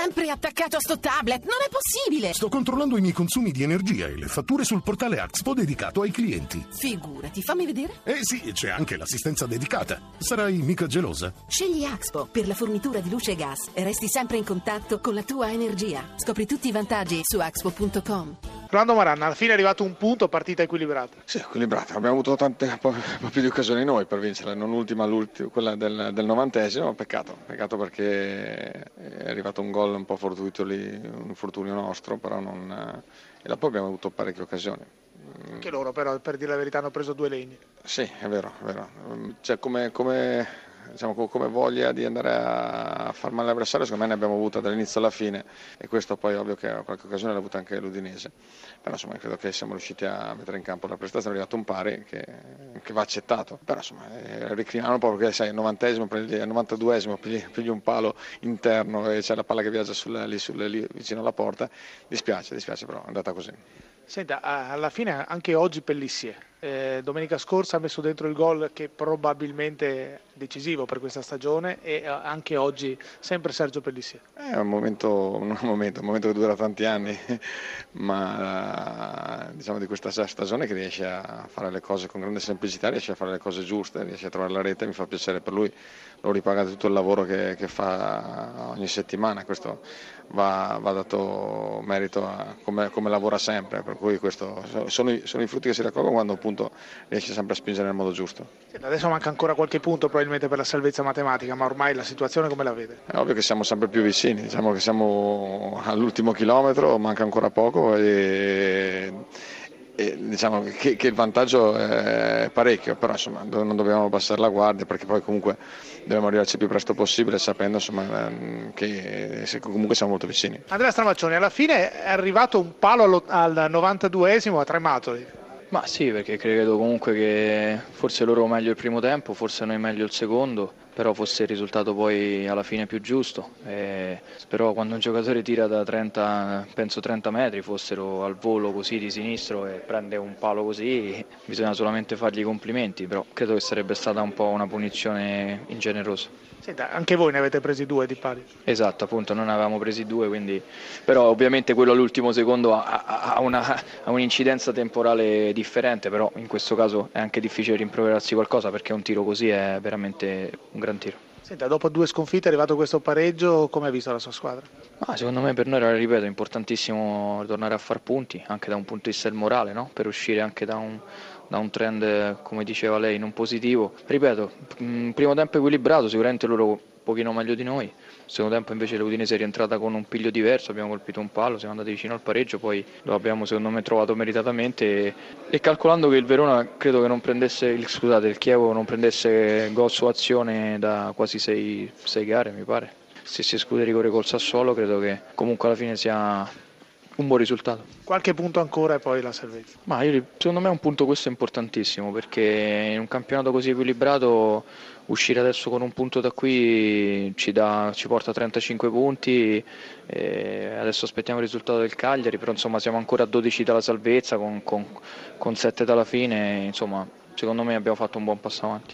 sempre attaccato a sto tablet, non è possibile! Sto controllando i miei consumi di energia e le fatture sul portale Axpo dedicato ai clienti. Figurati, fammi vedere. Sì, c'è anche l'assistenza dedicata. Sarai mica gelosa? Scegli Axpo per la fornitura di luce e gas e resti sempre in contatto con la tua energia. Scopri tutti i vantaggi su axpo.com. Rolando Maranna, alla fine è arrivato un punto, partita equilibrata. Sì, equilibrata. Abbiamo avuto un po' più di occasioni noi per vincere, non ultima quella del 90esimo. Peccato perché è arrivato un gol un po' fortuito lì, un infortunio nostro, però non... E dopo abbiamo avuto parecchie occasioni. Anche loro però, per dire la verità, hanno preso due legni. Sì, è vero. Cioè, come voglia di andare a far male all'avversario, secondo me ne abbiamo avuta dall'inizio alla fine, e questo poi ovvio che qualche occasione l'ha avuta anche l'Udinese, però insomma credo che siamo riusciti a mettere in campo la prestazione. È arrivato un pari che va accettato, però insomma recriminano un po' perché sai, al 90esimo, al 92esimo pigli un palo interno e c'è la palla che viaggia lì vicino alla porta. Dispiace, però è andata così. Senta, alla fine anche oggi Pellissier, domenica scorsa ha messo dentro il gol che probabilmente è decisivo per questa stagione, e anche oggi sempre Sergio Pellissier. È un momento che dura tanti anni, ma diciamo di questa stagione, che riesce a fare le cose con grande semplicità, riesce a fare le cose giuste, riesce a trovare la rete. Mi fa piacere per lui, lo ripaga tutto il lavoro che fa ogni settimana. Questo va dato merito a come lavora sempre, per cui questo sono i frutti che si raccolgono quando appunto riesce sempre a spingere nel modo giusto. Adesso manca ancora qualche punto probabilmente per la salvezza matematica, ma ormai la situazione come la vede? È ovvio che siamo sempre più vicini, diciamo che siamo all'ultimo chilometro, manca ancora poco e diciamo che il vantaggio è parecchio, però insomma non dobbiamo abbassare la guardia, perché poi comunque dobbiamo arrivarci il più presto possibile, sapendo insomma che comunque siamo molto vicini. Andrea Stramaccioni, alla fine è arrivato un palo al 92esimo, ha tremato. Ma sì, perché credo comunque che forse loro meglio il primo tempo, forse noi meglio il secondo, però fosse il risultato poi alla fine più giusto. Però quando un giocatore tira da 30 metri, fossero al volo così di sinistro, e prende un palo così, bisogna solamente fargli i complimenti, però credo che sarebbe stata un po' una punizione ingenerosa. Senta, anche voi ne avete presi due di pali? Esatto, appunto, noi ne avevamo presi due, quindi... però ovviamente quello all'ultimo secondo ha un'incidenza temporale differente, però in questo caso è anche difficile rimproverarsi qualcosa, perché un tiro così è veramente un gran tiro. Senta, dopo due sconfitte è arrivato questo pareggio, come ha visto la sua squadra? Secondo me per noi era, ripeto, importantissimo tornare a far punti, anche da un punto di vista del morale, no? Per uscire anche da un trend, come diceva lei, non positivo. Ripeto, primo tempo equilibrato, sicuramente loro un pochino meglio di noi. Secondo tempo invece l'Udinese è rientrata con un piglio diverso, abbiamo colpito un palo, siamo andati vicino al pareggio, poi lo abbiamo secondo me trovato meritatamente, e calcolando che il Verona credo che il Chievo non prendesse gol su azione da quasi 6 gare, mi pare. Se si esclude il rigore col Sassuolo, credo che comunque alla fine sia un buon risultato. Qualche punto ancora e poi la salvezza? Secondo me un punto questo è importantissimo, perché in un campionato così equilibrato uscire adesso con un punto da qui ci porta a 35 punti, adesso aspettiamo il risultato del Cagliari, però insomma siamo ancora a 12 dalla salvezza, con 7 dalla fine, insomma secondo me abbiamo fatto un buon passo avanti.